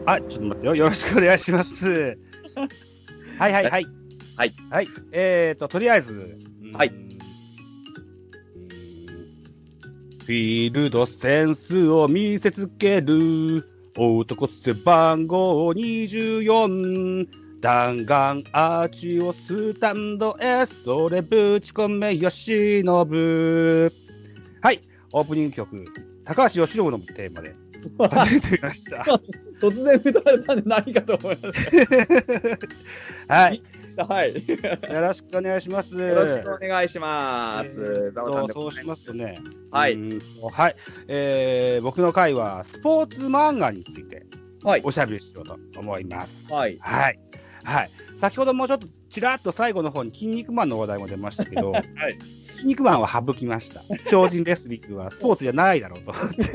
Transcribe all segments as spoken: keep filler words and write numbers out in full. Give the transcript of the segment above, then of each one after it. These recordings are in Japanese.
あ、ちょっと待ってよ。よろしくお願いします。はいはいはい。 はい。 はい。えーと、とりあえず。 はい。 フィールドセンスを見せつける男背番号にじゅうよん。弾丸アーチをスタンドへそれぶち込めよしのぶ。はい。オープニング曲、高橋由伸のテーマで始めてみました。 突然歌われたんで何かと思いました。 はい。 はい。 よろしくお願いします。 よろしくお願いします。 えー、そうしますとね。 はい。 はい。えー、僕の回はスポーツ漫画についておしゃべりしようと思います。 はい。 はい。はい。先ほどもちょっとちらっと最後の方に筋肉マンの話題も出ましたけど、はい、筋肉マンは省きました。超人レスリングはスポーツじゃないだろうと思って。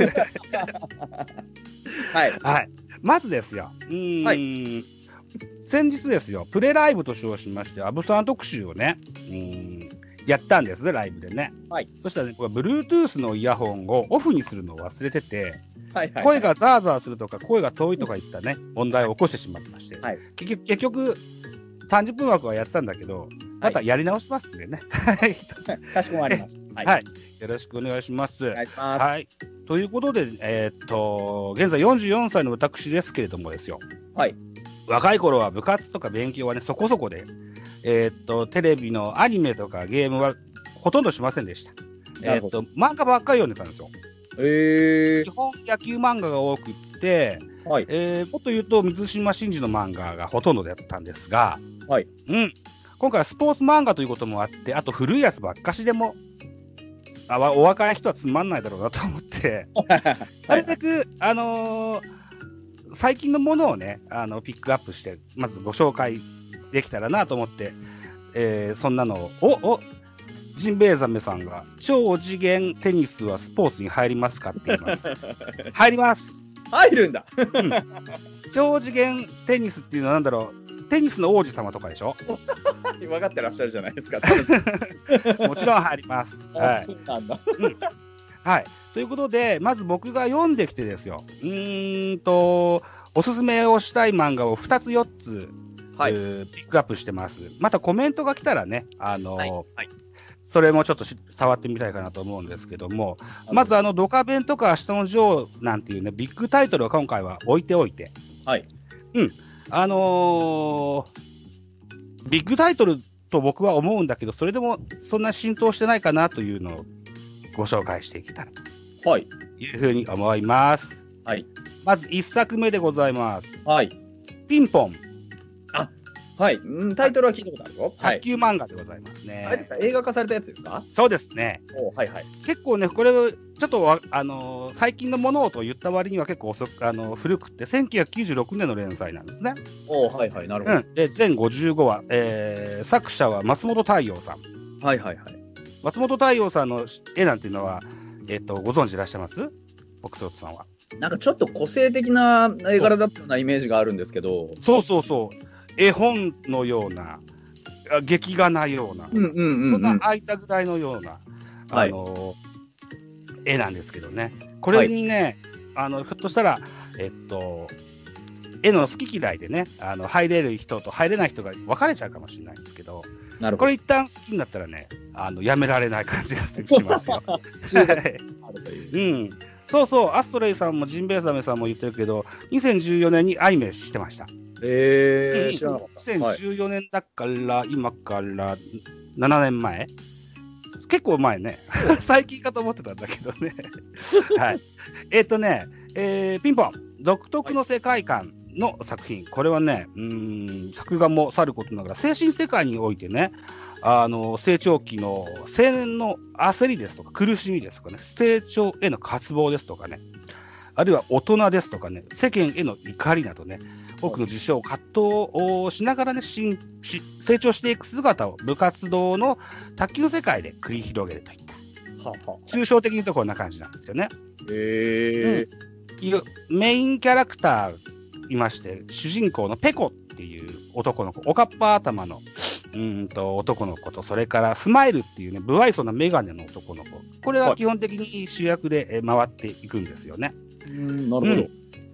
はい。はい。まずですよ。うーん、はい、先日ですよ、プレライブと称しまして、アブさん特集をね、うーん、やったんですね、ライブでね。はい。そしたらね、これ Bluetooth のイヤホンをオフにするのを忘れてて、はいはい、声がザーザーするとか、声が遠いとかいったね、問題を起こしてしまってまして、はい、結局、結局さんじゅっぷん枠はやったんだけど、またやり直しますんでね。はい。 かしこまりました。 はい、はい。よろしくお願いします。お願いします。はい。ということで、えー、っと、現在よんじゅうよんさいの私ですけれどもですよ。はい。若い頃は部活とか勉強はね、そこそこで、えー、っと、テレビのアニメとかゲームはほとんどしませんでした。えー、っと、漫画ばっかり読んでたんですよ。えー、基本野球漫画が多くって、はい、えー、もっと言うと水島新司の漫画がほとんどだったんですが、はい、うん、今回はスポーツ漫画ということもあって、あと古いやつばっかしでもあお若い人はつまんないだろうなと思ってなるべく、あのー、最近のものをねあのピックアップしてまずご紹介できたらなと思って、えー、そんなのをおおジンベエザメさんが超次元テニスはスポーツに入りますかって言います入ります入るんだ、 うん、超次元テニスっていうのはなんだろうテニスの王子様とかでしょ分かってらっしゃるじゃないですかもちろん入ります、はい、そうなんだ、うん、はいということでまず僕が読んできてですようーんとおすすめをしたい漫画をふたつよっつ、はい、ピックアップしてますまたコメントが来たらねあのーはいはいそれもちょっと触ってみたいかなと思うんですけども、まずあのドカベンとか明日のジョーなんていうねビッグタイトルを今回は置いておいて、はい、うん、あのー、ビッグタイトルと僕は思うんだけど、それでもそんな浸透してないかなというのをご紹介していけたらと、はい、いうふうに思います。はい、まずいっさくめでございます。はい、ピンポン。 あはい、タイトルは聞いたことあるよ。 卓球漫画でございますね。 はい、映画化されたやつですか？ そうですね。 おはいはい。 結構ね、これちょっとあのー、最近のものをと言った割には結構遅くあのー、古くってせんきゅうひゃくきゅうじゅうろくねんの連載なんですね。 おはいはいなるほど。うん、 で全ごじゅうごわ、えー、作者は松本太陽さん。 はいはいはい。 松本太陽さんの絵なんていうのはえっ、ー、とご存知いらっしゃいます？ボクソーさんは。 なんかちょっと個性的な絵柄だったようなイメージがあるんですけど。 そうそうそう。絵本のような劇画なような、うんうんうんうん、そんな空いたぐらいのような、あのーはい、絵なんですけどねこれにね、はい、あのひょっとしたら、えっと、絵の好き嫌いでねあの入れる人と入れない人が分かれちゃうかもしれないんですけどなるほどこれ一旦好きになったらねあのやめられない感じがしますよ。うん、そうそうアストレイさんもジンベエザメさんも言ってるけどにせんじゅうよねんにアニメしてました。 えー、知らなかった。 にせんじゅうよねんだから、はい、今からななねんまえ結構前ね最近かと思ってたんだけどねはいえっ、ー、とね、えー、ピンポン独特の世界観の作品、はい、これはねうーん作画もさることながら精神世界においてねあの成長期の青年の焦りですとか苦しみですとかね成長への渇望ですとかねあるいは大人ですとかね世間への怒りなどね多くの事象を葛藤をしながらねしし成長していく姿を部活動の卓球世界で繰り広げるといったはは抽象的に言うとこんな感じなんですよね。へー、うん、メインキャラクターいまして主人公のペコっていう男の子おかっぱ頭のうんと男の子とそれからスマイルっていうね不愛想なメガネの男の子これは基本的に主役で回っていくんですよね。 うんなるほど、うん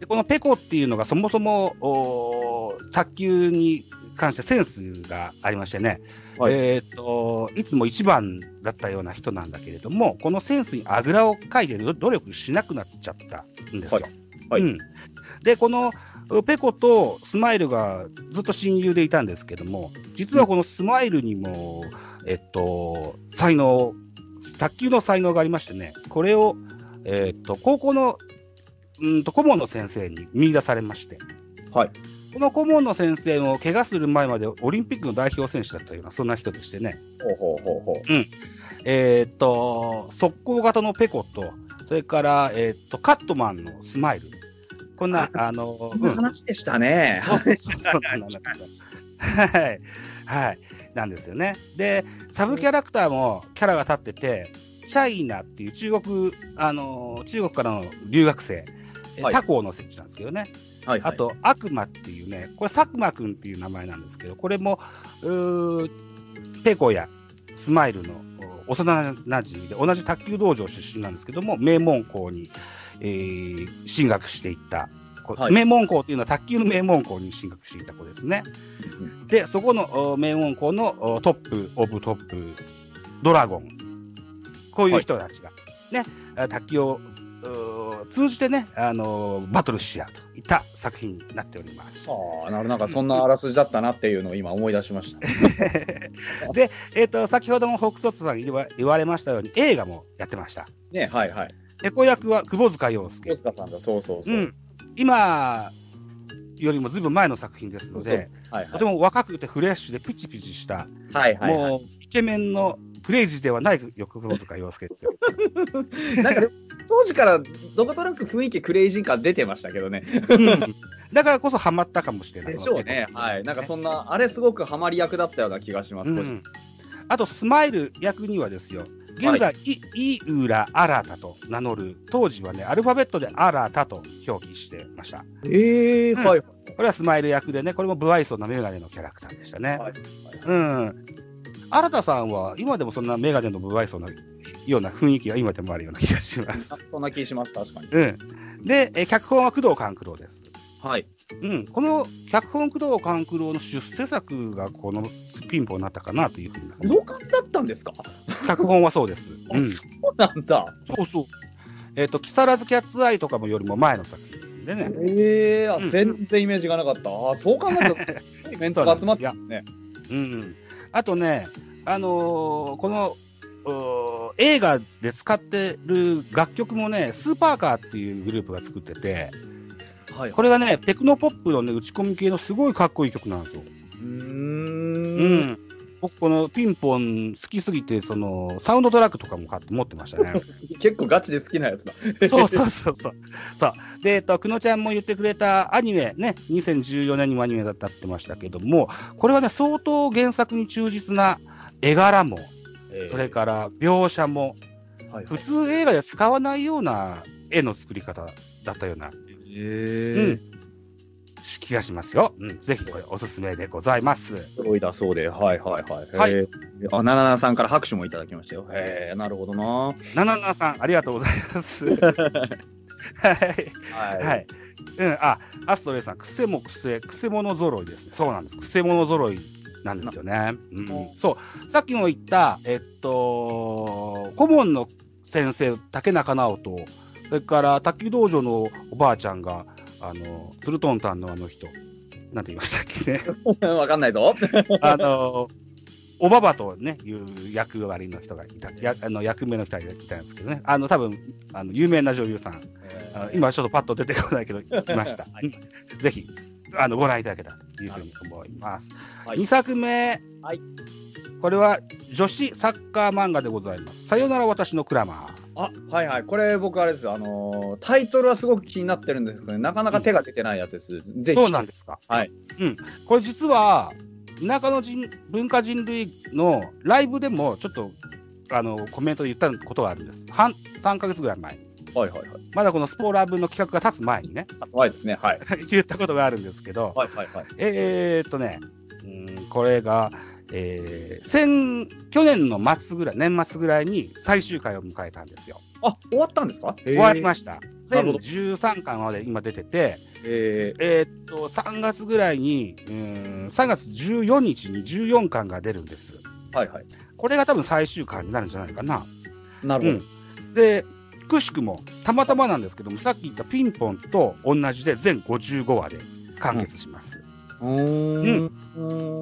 でこのペコっていうのがそもそもお卓球に関してセンスがありましてね、はい、えー、といつも一番だったような人なんだけれども、このセンスにあぐらをかいて努力しなくなっちゃったんですよ。はいはい、うん、でこのペコとスマイルがずっと親友でいたんですけども、実はこのスマイルにも、えっと、才能、卓球の才能がありましてね、これを、えっと、高校のうんと顧問の先生に見出されまして、はい、この顧問の先生も怪我する前までオリンピックの代表選手だったような、そんな人でしてね、ほうほうほうほう、うん、えー、っと速攻型のペコと、それから、えー、っとカットマンのスマイル、こんな、あの、 そんな話でしたね。 そうそうそうそうなんですよ。はい。はい。なんですよね。で、サブキャラクターもキャラが立ってて、チャイナっていう中国、あの、中国からの留学生、はい、他校の選手なんですけどね。はいはい、あと、悪魔っていうね、これ、佐久間くんっていう名前なんですけど、これも、うペコやスマイルの幼なじみで、同じ卓球道場出身なんですけども、名門校に、えー、進学していった、はい、名門校というのは卓球の名門校に進学していた子ですね。うん、でそこの名門校のトップオブトップドラゴン、こういう人たちが、ね、はい、卓球を通じてね、あのー、バトルし合うといった作品になっております。 ああ、なるなんかそんなあらすじだったなっていうのを今思い出しました。 で、えーと、先ほども北斗さんに言われましたように映画もやってました。 ね、はいはい。 ペコ役は窪塚洋介。 窪塚さんだ、そうそうそう。うん、 今よりもずいぶん前の作品ですので、はいはい、とても若くてフレッシュでピチピチした、はいはいはい、もうイケメンのクレイジーではない窪塚洋介ですよ。 なんか当時からどことなく雰囲気クレイジー感出てましたけどね。 うん、だからこそハマったかもしれないでしょうね。はい、なんかそんなあれすごくハマり役だったような気がします。うん、 あとスマイル役にはですよ、現在、はい、イウラ・アラタと名乗る、当時はね、アルファベットでアラタと表記してました。 えー、うん、はい。これはスマイル役でね、これも不愛想なメガネのキャラクターでしたね。はい、うん。アラタさんは、今でもそんなメガネの不愛想なような雰囲気が今でもあるような気がします。 そんな気します、確かに。 うん。で、え脚本は工藤官九郎です。 はい。 うん、この脚本工藤官九郎の出世作がこのピンポンになったかなというふうに。 工藤官だったんですか？ 脚本はそうです。 うん、そうなんだ。 そうそう。えっ、ー、と、木更津キャッツアイとかもよりも前の作品ですんでね。 えー、うん、全然イメージがなかった。あ、そう考えると、メンツが集まってますね。 うん。あとね、あのー、この、映画で使ってる楽曲もね、スーパーカーっていうグループが作ってて、はい、これがね、テクノポップのね、打ち込み系のすごいかっこいい曲なんですよ。うーん。うん。僕、このピンポン好きすぎて、その、サウンドトラックとかも買って持ってましたね。 結構ガチで好きなやつだ。 そうそうそうそう。そう。で、えっと、くのちゃんも言ってくれたアニメね、にせんじゅうよねんにもアニメだったってましたけども、これはね、相当原作に忠実な絵柄も、えー、それから描写も、はい、普通映画では使わないような絵の作り方だったような、 えー、うん、 気がしますよ。うん、ぜひこれおすすめでございます。 すごいだそうで、はいはいはい。はい。あ、なななさんから拍手もいただきましたよ。へえ、なるほどな。 なななさん、ありがとうございます。はい。はい。はい。うん、あ、アストレイさん、くせもくせ、くせ者揃いですね。そうなんです。くせ者揃いなんですよね。うん、そう。さっきも言った、えっと、顧問の先生、竹中直人、それから卓球道場のおばあちゃんが、あの、ツルトンタンのあの人、なんて言いましたっけね。 わかんないぞ。 あの、おばばとね、いう役割の人がいた、やあの役名の人がいたんですけどね、あの、多分あの有名な女優さん、あ今ちょっとパッと出てこないけど、いました。はい、ぜひ、あの、ご覧いただけたらというふうに思います。はい、にさくめ、はい、これは女子サッカー漫画でございます。さよなら私のクラマー。 あ、はいはい。これ僕あれですよ。あのー、タイトルはすごく気になってるんですけど、ね、なかなか手が出てないやつです。うん、ぜひ。 そうなんですか。 はい。 うん。これ実は、田舎の人文化人類のライブでもちょっとあのコメントで言ったことがあるんです。半さんかげつぐらい前に。 はいはいはい。 まだこのスポーラブの企画が立つ前にね。 立つ前ですね。はい。 言ったことがあるんですけど。 はいはいはい。 えー、っとね、うん、これが、えー、先去年の末ぐらい、年末ぐらいに最終回を迎えたんですよ。 あ、終わったんですか？ 終わりました。 全じゅうさんかんまで今出てて、 えー、 えーっと、さんがつぐらいに、うーん、さんがつじゅうよっかにじゅうよんかんが出るんです。 はいはい。 これが多分最終巻になるんじゃないかな。 なるほど。 うん、で、くしくも、たまたまなんですけども、さっき言ったピンポンと同じで全ごじゅうごわで完結します。 うん。 うん、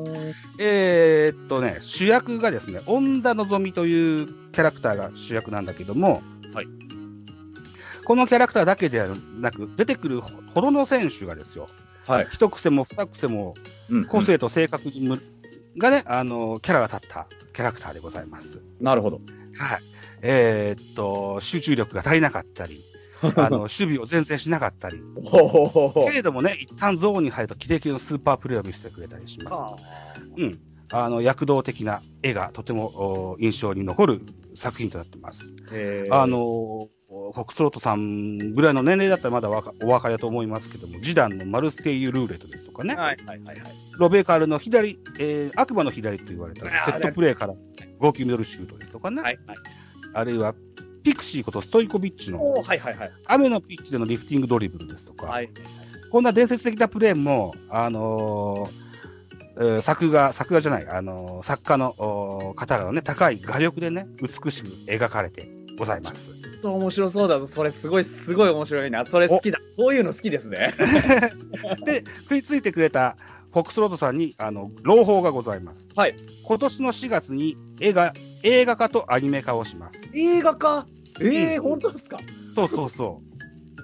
えー、っとね、主役がですね、恩田のぞみというキャラクターが主役なんだけども、 はい、 このキャラクターだけではなく、出てくるほどの選手がですよ、 はい、 一癖も二癖も、個性と性格にむ、うんうん、がね、あの、キャラが立ったキャラクターでございます。 なるほど。 はい。えー、っと、集中力が足りなかったり、あの守備を全然しなかったり、けれどもね、一旦ゾーンに入ると、キレキレのスーパープレーを見せてくれたりします。うん、あの躍動的な絵がとても印象に残る作品となっています。あのフォックスロートさんぐらいの年齢だったらまだわかお分かりだと思いますけども、ジダンのマルセイユルーレットですとかね、はいはいはいはい、ロベカルの左、えー、悪魔の左と言われたセットプレーから号泣ミドルシュートですとかね、はいはい、あるいはピクシーことストイコビッチの、はいはいはい、雨のピッチでのリフティングドリブルですとか、はいはいはい、こんな伝説的なプレーも、あのーえー、作画、作画じゃない、あのー、作家の方がね、高い画力でね、美しく描かれてございます。 ちょっと面白そうだぞ、それすごい、すごい面白いな、それ好きだ、そういうの好きですね。 で、食いついてくれたフォックスロードさんにあの朗報がございます。 はい。 今年のしがつに映画映画化とアニメ化をします。 映画化？えー、うん、本当ですか？ そうそうそう。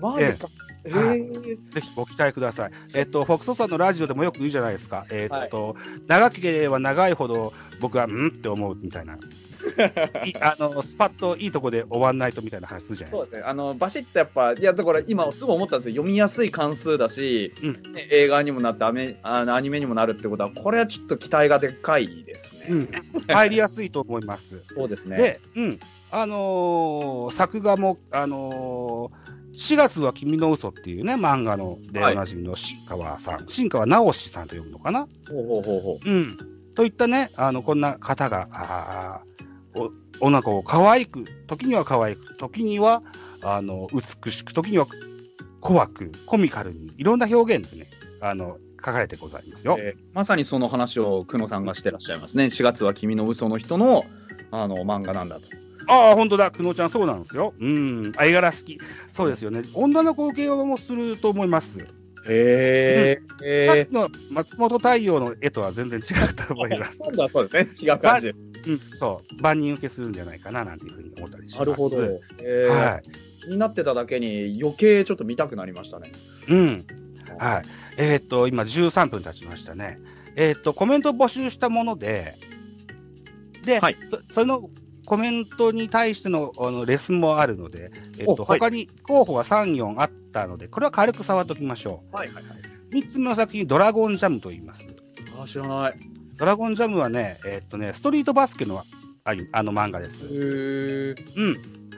マジか。えー、はい、 ぜひご期待ください。えっと、フォックスロードさんのラジオでもよく言うじゃないですか。えっと、はい、長ければ長いほど僕はんって思うみたいな。いあのスパッといいとこで終わんないとみたいな話するじゃないですか。 そうですね。あのバシッとやっぱいやだから今すぐ思ったんですよ。読みやすい関数だし、うんね、映画にもなってアメあのアニメにもなるってことはこれはちょっと期待がでかいですね。うん、 入りやすいと思います。 そうですね。 で、うんあのー、作画もあのー、しがつは君の嘘っていうね漫画のでおなじみの新川さん、はい、新川直志さんと呼ぶのかな。 ほうほうほうほう。 うん。といったねあのこんな方があお女の子を可愛く、時には可愛く、時にはあの美しく、時には怖く、コミカルに、いろんな表現でね、あの書かれてございますよ。 えー、まさにその話を久野さんがしてらっしゃいますね。しがつは君の嘘の人のあの漫画なんだと。 ああ、本当だ、久野ちゃん、そうなんですよ。うん、絵柄好き。そうですよね。女の子系もすると思います。 へー、うん、 さっきの松本太陽の絵とは全然違うと思います。 そうだ、そうですね。違う感じです。 うん、そう、万人受けするんじゃないかななんていうふうに思ったりします。 なるほど。えーはい、気になってただけに余計ちょっと見たくなりましたね。 うん。はい。えー、っと今じゅうさんぷん経ちましたね。えー、っとコメント募集したもので、で、はい、そ, そのコメントに対してのあのレスもあるので、えー、っと他に候補がさん、よんあったので、これは軽く触っておきましょう。はいはいはい。みっつめの作品、ドラゴンジャムと言います。 あ、知らない。 ドラゴンジャムはね、えー、っとね、ストリートバスケのああの漫画です。へー。うん。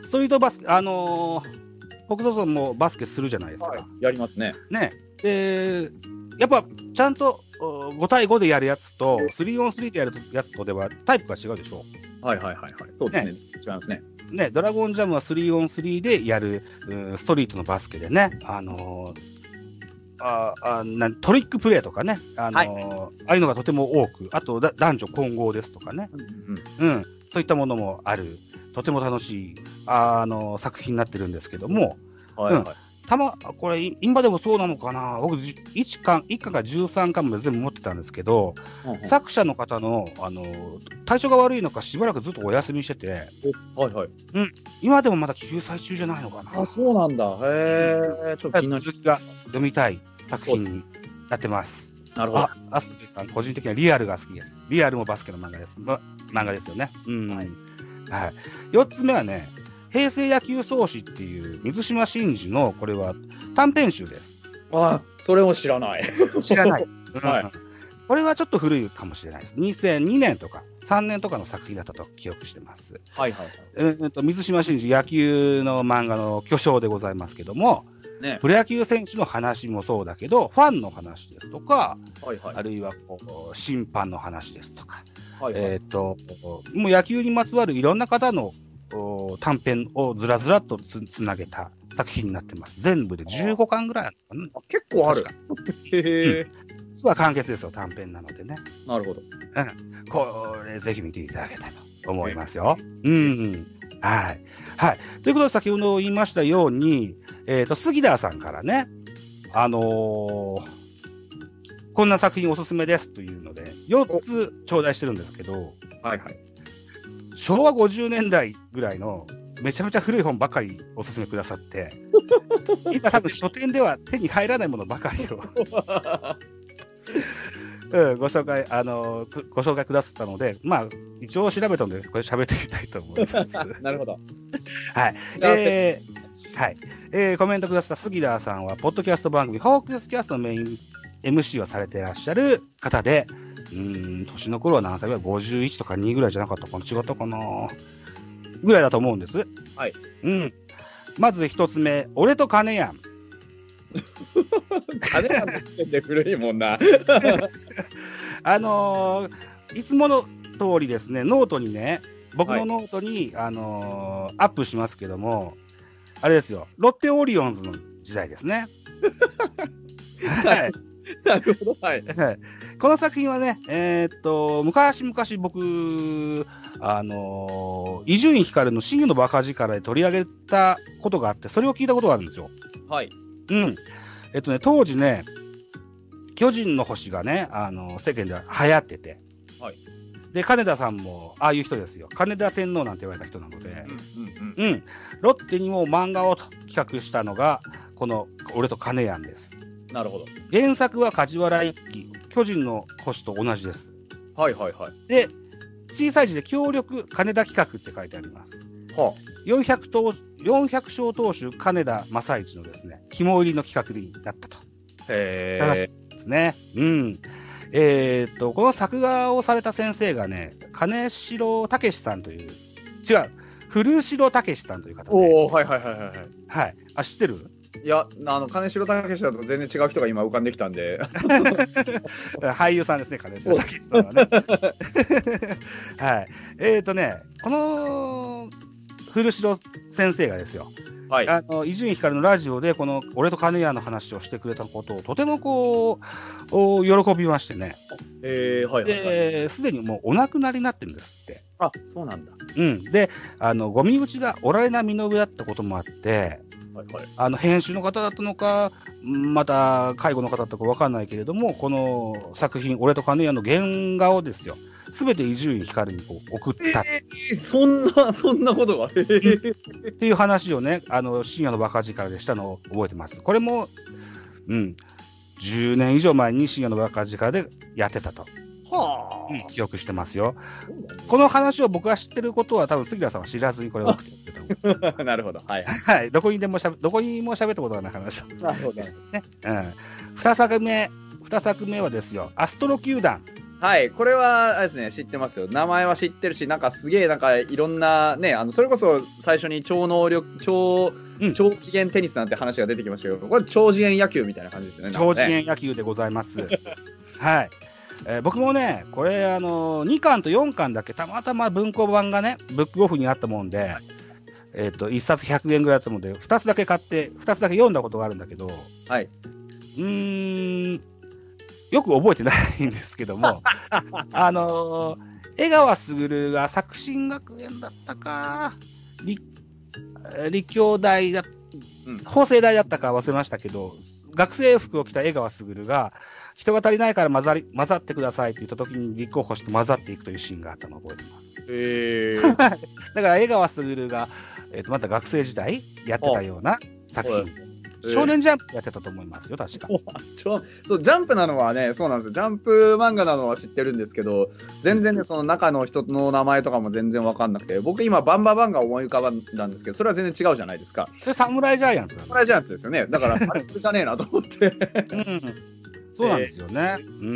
ストリートバスケ、あのー、北斗さんもバスケするじゃないですか。はい、 やりますね。 ね。で、やっぱちゃんとご対ごでやるやつと、スリーオンスリーでやるやつとではタイプが違うでしょ。 はいはいはいはい。そうですね。ね、違いますね。 ね、ドラゴンジャムはスリーオンスリーでやるストリートのバスケでね、あのーああなトリックプレーとかね、あのーはい、ああいうのがとても多く、あとだ男女混合ですとかね、うんうんうん、そういったものもある、とても楽しいあのー、作品になってるんですけども、はいはい、うん、たまこれ今でもそうなのかな、僕いちかんいっかんからじゅうさんかんまで全部持ってたんですけど、うんうん、作者の方の、あのー、体調が悪いのかしばらくずっとお休みしてて、 はいはい、 うん、今でもまだ救済中じゃないのかな。 あ、そうなんだ。へえ、ちょっと気になる。 続きが読みたい作品になってます。 なるほど。 あ、アストリさん、個人的にはリアルが好きです。リアルもバスケの漫画です。ま、漫画ですよね。うん。はい。はい、よっつめはね、平成野球創始っていう水島新司の、これは短編集です。 あ、それも知らない。 知らない。うん、 はい。 これはちょっと古いかもしれないです。にせんにねんとかさんねんとかの作品だったと記憶してます。 はいはい、 はい。うんと水島新司、野球の漫画の巨匠でございますけども、ね、プロ野球選手の話もそうだけど、ファンの話ですとか、はいはい、あるいはこう審判の話ですとか、はいはい、えーと、もう野球にまつわるいろんな方のと短編をずらずらっと つ, つなげた作品になってます。全部でじゅうごかんぐらいあるのかな。 あ結構ある。へえ。 実は完結ですよ、短編なのでね。 なるほど。 うん、これぜひ見ていただけたらと思いますよ。うん、うん、はい、はい。ということで先ほど言いましたように、えーと、杉田さんからね、あのー、こんな作品おすすめですというのでよっつ頂戴してるんですけど、 はいはい。 しょうわごじゅうねんだいぐらいのめちゃめちゃ古い本ばかりおすすめくださって今多分書店では手に入らないものばかりをうん、ご紹介、あのー、ご紹介くださったので、まあ、一応調べたので、これ喋ってみたいと思います。 なるほど。 はい。えー、はい。えー、コメントくださった杉田さんは、ポッドキャスト番組、ホークスキャストのメイン エムシー をされていらっしゃる方で、うーん、年の頃は何歳ぐらい ?ごじゅういち とかにぐらいじゃなかったかな、違ったかなぐらいだと思うんです。 はい。 うん。まず一つ目、俺と金やん。 金やんって古いもんな。 あのー、いつもの通りですね、ノートにね、僕のノートに、はい、あのー、アップしますけども、あれですよ、ロッテオリオンズの時代ですね。はい。 なるほど、はい。 この作品はね、えー、っと、昔々僕、あの伊集院光の真のバカ力で取り上げたことがあって、それを聞いたことがあるんですよ。 はい。 うん。えっとね、当時ね、巨人の星がね、あの世間では流行ってて、はい、で金田さんもああいう人ですよ。金田天皇なんて言われた人なので、うん、うんうん、ロッテにも漫画を企画したのがこの俺と金やんです。 なるほど。 原作は梶原一騎、巨人の星と同じです。 はいはいはい。 で、小さい字で協力金田企画って書いてあります。はあ、よんひゃくとうよんひゃく勝投手金田正一のですね、肝入りの企画になったと。 へー。ですね。うん。えー、っと、この作画をされた先生がね、金城武さんという、違う、古城武さんという方で。 おお、はいはいはいはい。 はい。あ、知ってる？ いや、あの、金城武だと全然違う人が今浮かんできたんで。 俳優さんですね、金城武さんはね。はい。えー、っとね、この古城先生がですよ、はい、あの伊集院光のラジオでこの俺と金谷の話をしてくれたことをとてもこう喜びましてね。 えーはいはいはい、 ですでにもうお亡くなりになってるんですって。 あ、そうなんだ。 うん、であのゴミ口がおられな身の上だったこともあって、はいはい、あの編集の方だったのかまた介護の方だったか分かんないけれども、この作品俺と金谷の原画をですよ全て伊集院光にこう送った、 えー、そんなそんなことが、えー、 っていう話をね、あの深夜のバカ力でしたのを覚えてます。これも、うん、じゅうねん以上前に深夜のバカ力でやってたと、はあ、うん、記憶してますよ。この話を僕が知ってることは多分杉田さんは知らずにこれを送ってくれた。 なるほど、はい、 はい、どこにでもしゃべどこにも喋ったことがない話だ。 なるほど、 ね、うん、にさくめにさくめはですよ、アストロ球団。 はい、これはあれですね、知ってますよ。名前は知ってるし、なんかすげえなんかいろんなね、あのそれこそ最初に超能力超、うん、超次元テニスなんて話が出てきましたけど、これ超次元野球みたいな感じですよね。 超次元野球でございます。はい、えー、僕もねこれあのにかんとよんかんだけたまたま文庫版がねブックオフにあったもんで、はい、えー、といっさつひゃくえんぐらいだったのでふたつだけ買ってふたつだけ読んだことがあるんだけど、はい、うーんよく覚えてないんですけどもあのー、江川卓が作新学園だったか立教大だ、うん、法政大だったか忘れましたけど、学生服を着た江川卓が人が足りないから混ざり混ざってくださいって言った時に立候補して混ざっていくというシーンがあったのを覚えてます。 へーだから江川卓が、えー、とまた学生時代やってたような作品、少年ジャンプやってたと思いますよ、確か。 そうジャンプなのはね、そうなんですよ。ジャンプ漫画なのは知ってるんですけど、全然ね、その中の人の名前とかも全然わかんなくて、僕今バンババンが思い浮かばんだんですけど、それは全然違うじゃないですか。 それサムライジャイアンツだね。 サムライジャイアンツですよね。だからあれじゃねえなと思って、うん、 そうなんですよね。えー、うんうん。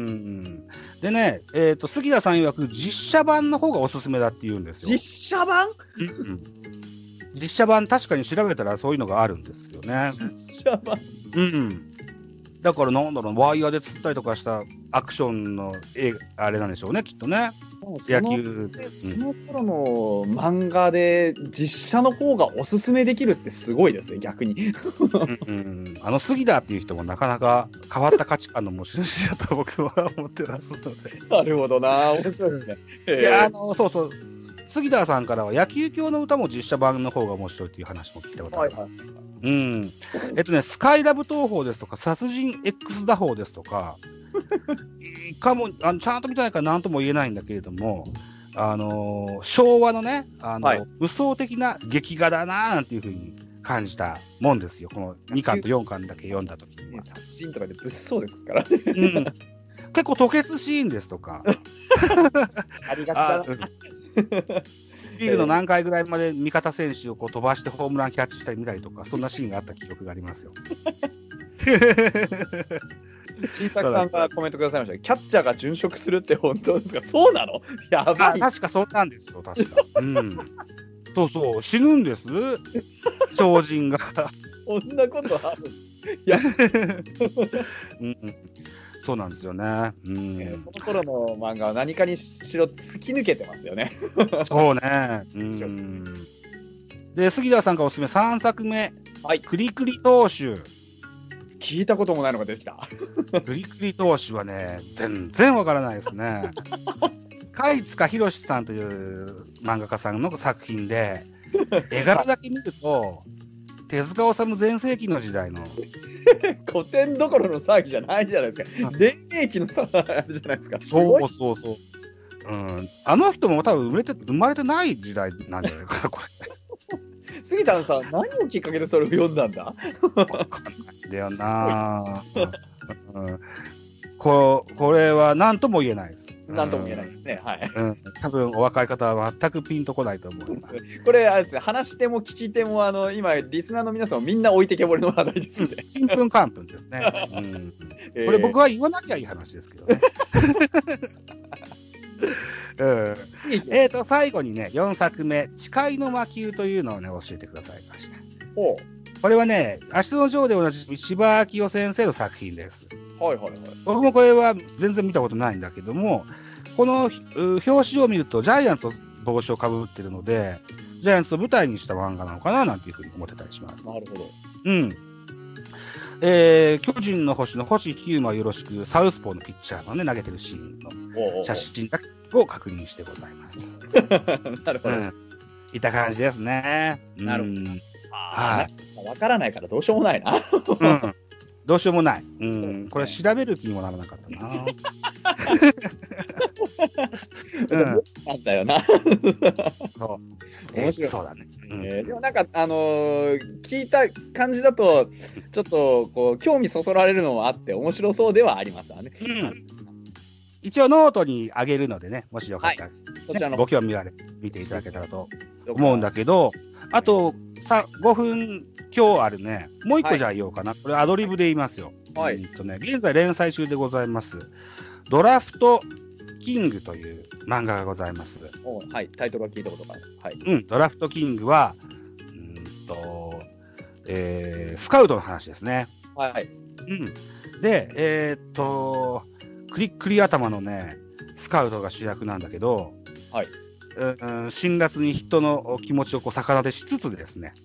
でね、えーと、杉田さん曰く実写版の方がおすすめだって言うんですよ。 実写版？ うんうん実写版確かに調べたらそういうのがあるんですよね。 実写版、 うん、うん、だからなんだろう、ワイヤーで釣ったりとかしたアクションの映画あれなんでしょうね、きっとね。 もうその野球。 その頃の漫画で実写の方がおすすめできるってすごいですね、逆に。 うんうん、あの杉田っていう人もなかなか変わった価値観の持ち主だと僕は思ってますので。 なるほどな、面白いですね。 いや、あの、そうそう、杉田さんからは野球教の歌も実写版の方が面白いっていう話も聞いたことあります。はいはい、うん。えっとね、スカイラブ東宝ですとか、殺人 X 打法ですとか、かもあのちゃんと見てないから何とも言えないんだけれども、あのー、昭和のね、あの、はい、武装的な劇画だななんていうふうに感じたもんですよ、このにかんとよんかんだけ読んだときには。 殺人とかで物騒ですからね。うん、 結構吐血シーンですとか。 ありがちだな。 リーグの何回ぐらいまで味方選手をこう飛ばしてホームランキャッチしたり見たりとか、そんなシーンがあった記憶がありますよ。 新作さんからコメントくださいました。キャッチャーが殉職するって本当ですか？そうなの？やばい。 確かそうなんですよ、確か。うん、そうそう、死ぬんです、超人が。 こんなことある？いや、 うん、そうなんですよね。うん、 えー、その頃の漫画は何かにしろ突き抜けてますよね。 そうね。うん、で、杉田さんがおすすめさんさくめ、はい、クリクリ投手。 聞いたこともないのが出てきた。 クリクリ投手はね、全然わからないですね。貝塚博さんという漫画家さんの作品で、絵柄だけ見ると、手塚治虫全盛期の時代の。 古典どころの騒ぎじゃないじゃないですか。黎明期の騒ぎじゃないですか。すそうそうそう。うん、あの人も多分生まれて生まれてない時代なんじゃないかな、これ。 杉田さん、何をきっかけでそれを読んだんだ？ わかんないんだよな、うん、こ。これは何とも言えないです。 何とも言えないですね。はい。 うん、多分お若い方は全くピンとこないと思います。 これあれですね、話し手も聞き手もあの今リスナーの皆さんもみんな置いてけぼりの話題ですね。 ちんぷんかんぷんですね。うん、これ僕は言わなきゃいい話ですけどね。うん、えーと最後にねよんさくめ「誓いの魔球」というのをね教えてくださいました。 おこれはね「明日のジョー」で同じ千葉明夫先生の作品です。 はいはいはい。 僕もこれは全然見たことないんだけども、この表紙を見るとジャイアンツの帽子をかぶってるのでジャイアンツを舞台にした漫画なのかななんていうふうに思ってたりします。 なるほど。 うん。えー、巨人の星の星飛雄馬よろしくサウスポーのピッチャーのね投げてるシーンの写真だけを確認してございます。 なるほど。うん、 いった感じですね。 なるほど。はい。わからないからどうしようもないな。 うん、どうしようもない。うん、これ調べる気にもならなかったな。 うん、なんだよな。 そう。面白い。そうだね。 うん、えー、でもなんかあのー、聞いた感じだとちょっとこう興味そそられるのもあって面白そうではありますわね。うん、 一応ノートにあげるのでね、もしよかったら、ね、 はい、そちらのご興味があれ見ていただけたらと思うんだけど、あとさごふん今日あるね、もう一個じゃあ言おうかな、はい、これアドリブで言いますよ。はい、えっとね、現在連載中でございますドラフトキングという漫画がございます。 お、はい、タイトルは聞いたことがある。はい、 うん、ドラフトキングはうんと、えー、スカウトの話ですね。 はい、 うん、で、えー、っとクリックリ頭のねスカウトが主役なんだけど、はい、うん、辛辣に人の気持ちをこう逆立てしつつですね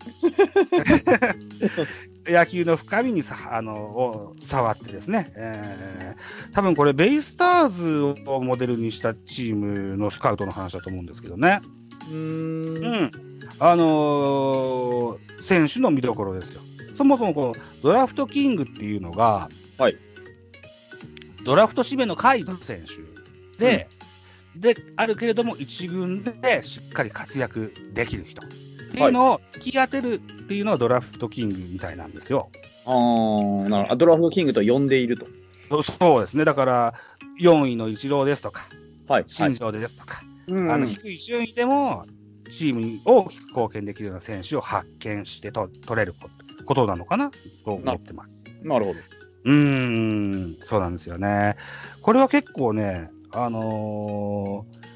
野球の深みにさあのを触ってですね、えー、多分これベイスターズをモデルにしたチームのスカウトの話だと思うんですけどね。うーん、うん、あのー、選手の見どころですよ。そもそもこのドラフトキングっていうのが、はい、ドラフト指名の下位の選手で、うん、であるけれども一軍でしっかり活躍できる人っていうのを引き当てるっていうのはドラフトキングみたいなんですよ。 ああ、なるほど。ドラフトキングと呼んでいると。 そうですね。だからよんいのイチローですとか、 はい、 新庄ですとか、はい、あの低い順位でもチームに大きく貢献できるような選手を発見してと取れることなのかなと思ってます。 な, なるほど。 うーん、そうなんですよね。これは結構ね、あのー、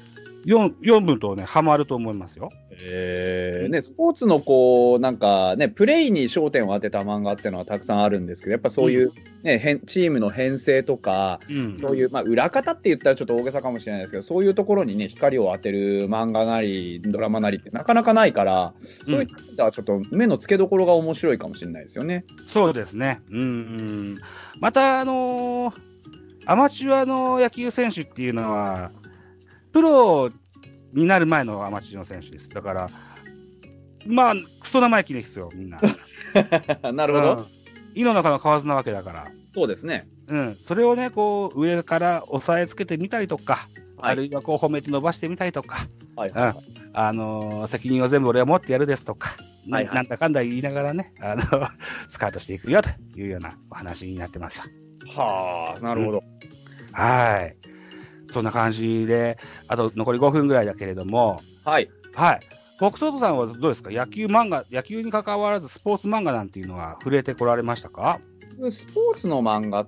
読読むとね、ハマると思いますよ。 えーね、スポーツのこうなんかねプレイに焦点を当てた漫画っていうのはたくさんあるんですけど、やっぱそういう、ね、変チームの編成とか、うん、そういう、まあ、裏方って言ったらちょっと大げさかもしれないですけど、そういうところにね光を当てる漫画なりドラマなりってなかなかないから、そういった意味ではちょっと目の付けどころが面白いかもしれないですよね。 そうですね。うん、うん、またあのー、アマチュアの野球選手っていうのはプロになる前のアマチュアの選手です。だからまあクソ生意気ですよみんな。 なるほど、うん、 井の中の蛙なわけだから。 そうですね。 うん、それをねこう上から押さえつけてみたりとか、はい、あるいはこう褒めて伸ばしてみたりとか、はいはいはい、うん、あのー、責任を全部俺は持ってやるですとか、はいはい、なんだかんだ言いながらねあのスカウトしていくよというようなお話になってますよ。 はあ、なるほど、 うん、はい、そんな感じで、あと残りごふんぐらいだけれども、 はいはい、フォックソードさんはどうですか、野球漫画、野球に関わらずスポーツ漫画なんていうのは触れてこられましたか？ スポーツの漫画って、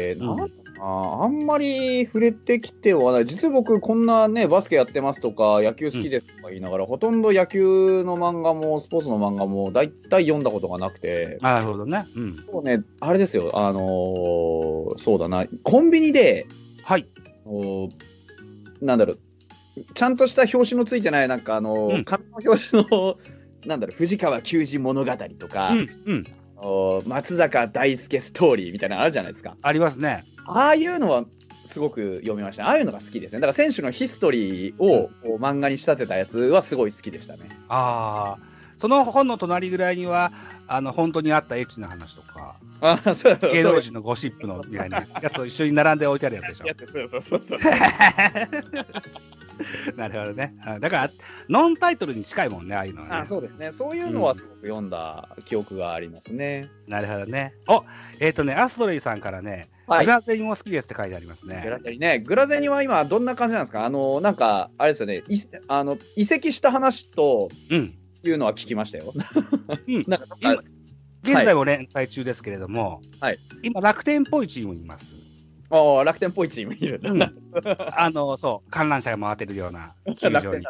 うん、なんあ, あんまり触れてきてはない。実は僕こんなねバスケやってますとか野球好きですとか言いながら、うん、ほとんど野球の漫画もスポーツの漫画も大体読んだことがなくて。 なるほどね。うん、 そうね、あれですよ、あのー、そうだな、コンビニで、 はい、 なんだろう、ちゃんとした表紙のついてないなんかあのーうん、紙の表紙のなんだろう、藤川球児物語とか、うんうん、松坂大輔ストーリーみたいなのあるじゃないですか。 ありますね。 ああいうのはすごく読みましたね。ああいうのが好きですね。だから選手のヒストリーをこう漫画に仕立てたやつはすごい好きでしたね。 ああ、その本の隣ぐらいにはあの本当にあったエッチな話とか、 あそう芸能人のゴシップのみたいなやつと一緒に並んで置いてあるやつでしょ。 そうそうそうそうなるほどね。だからノンタイトルに近いもんね、ああいうのはね。 あ、そうですね。そういうのはすごく読んだ記憶がありますね。 うん、なるほどね。お、えっ、ー、とね、アストレイさんからね、はい、グラゼニも好きですって書いてありますね。 グラゼニね。グラゼニは今どんな感じなんですか？あのなんかあれですよね。いあの移籍した話というのは聞きましたよ。 うん、なんか現在も連載中ですけれども、はい、今楽天っぽいチームにいます。 ああ、楽天っぽいチームいるんだ。 うん、あのそう観覧車が回ってるような球場に。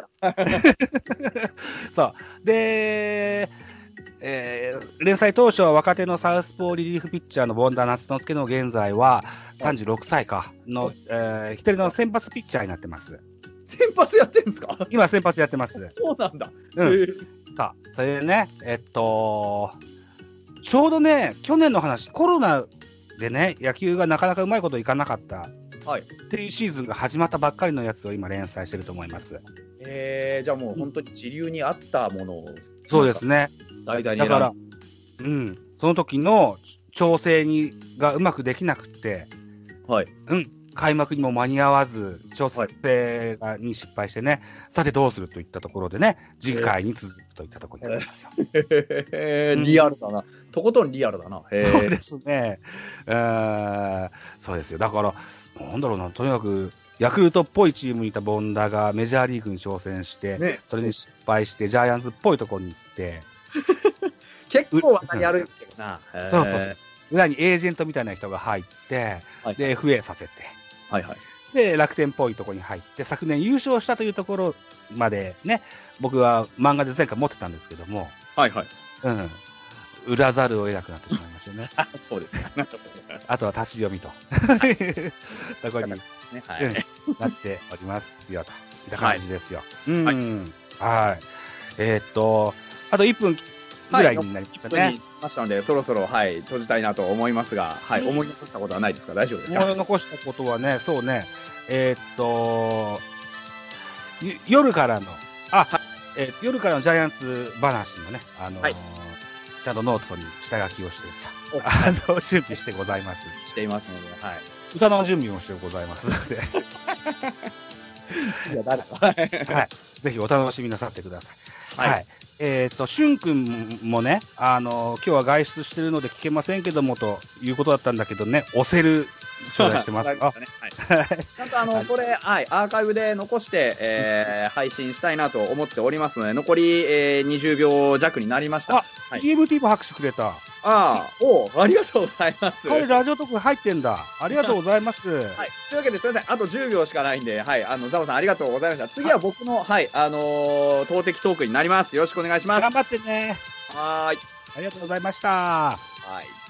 そうで、えー、連載当初は若手のサウスポーリリーフピッチャーのボンダ夏之介の現在はさんじゅうろくさいかの、えー、一人の先発ピッチャーになってます。 先発やってんすか？ 今先発やってます。 そうなんだ。 うん。さあそれでね、えっとちょうどね去年の話、コロナでね野球がなかなかうまいこといかなかった、はい、っていうシーズンが始まったばっかりのやつを今連載してると思います。 えー、じゃあもう本当に時流に合ったものを、 そうですね。 題材にだから、うん、その時の調整にがうまくできなくて、はい、うん、開幕にも間に合わず調整がに失敗してね、さてどうするといったところでね、次回に続くといったところになりますよ。 えー、リアルだな、とことんリアルだな。 そうですね。そうですよ。だからなんだろうな、とにかくヤクルトっぽいチームにいたボンダがメジャーリーグに挑戦して、ね、それに失敗してジャイアンツっぽいところに行って結構渡り歩いてるな。 そうそうそう、裏にエージェントみたいな人が入って、はい、で エフエー させて、はいはい、で楽天っぽいところに入って昨年優勝したというところまでね、僕は漫画で前回持ってたんですけども、はいはい、うん、売らざるを得なくなってしまいましたよね。 あ、そうですね。 あとは立ち読みとところに、ね、はい、うん、なっておりますよといった感じですよ。はい、うん、はい、はい、えー、っとあといっぷんぐらいになりましたね。はい、いっぷんにましたのでそろそろ、はい、閉じたいなと思いますが、はい、うん、思い残したことはないですか？大丈夫ですか？ 思い残したことはね、そうね、えー、っと夜からのあ、はい、えー、夜からのジャイアンツ話のね、あのーはい、ちゃんとノートに下書きをしてさ、あの準備してございます。 していますので、はい、 歌の準備もしてございますのでいや誰か、 はい、ぜひお楽しみなさってください。はい、はい、えっ、ー、としゅんくんもね、あのー、今日は外出してるので聞けませんけどもということだったんだけどね、押せる頂戴してます。ね、あ、 はい、ちゃんとあのこれ、はい、アーカイブで残して、えー、配信したいなと思っておりますので、残り、えー、にじゅうびょう弱になりました。 あ、はい、ティーエムティー も拍手くれた。 あ、 ああ、おありがとうございます。 彼、ラジオトーク入ってんだ。ありがとうございます。はい。 というわけで、すみません。あとじゅうびょうしかないんで、はい。あの、ザボさん、ありがとうございました。次は僕の、はい、あのー、投擲トークになります。よろしくお願いします。 頑張ってね。 はーい。 ありがとうございました。はい。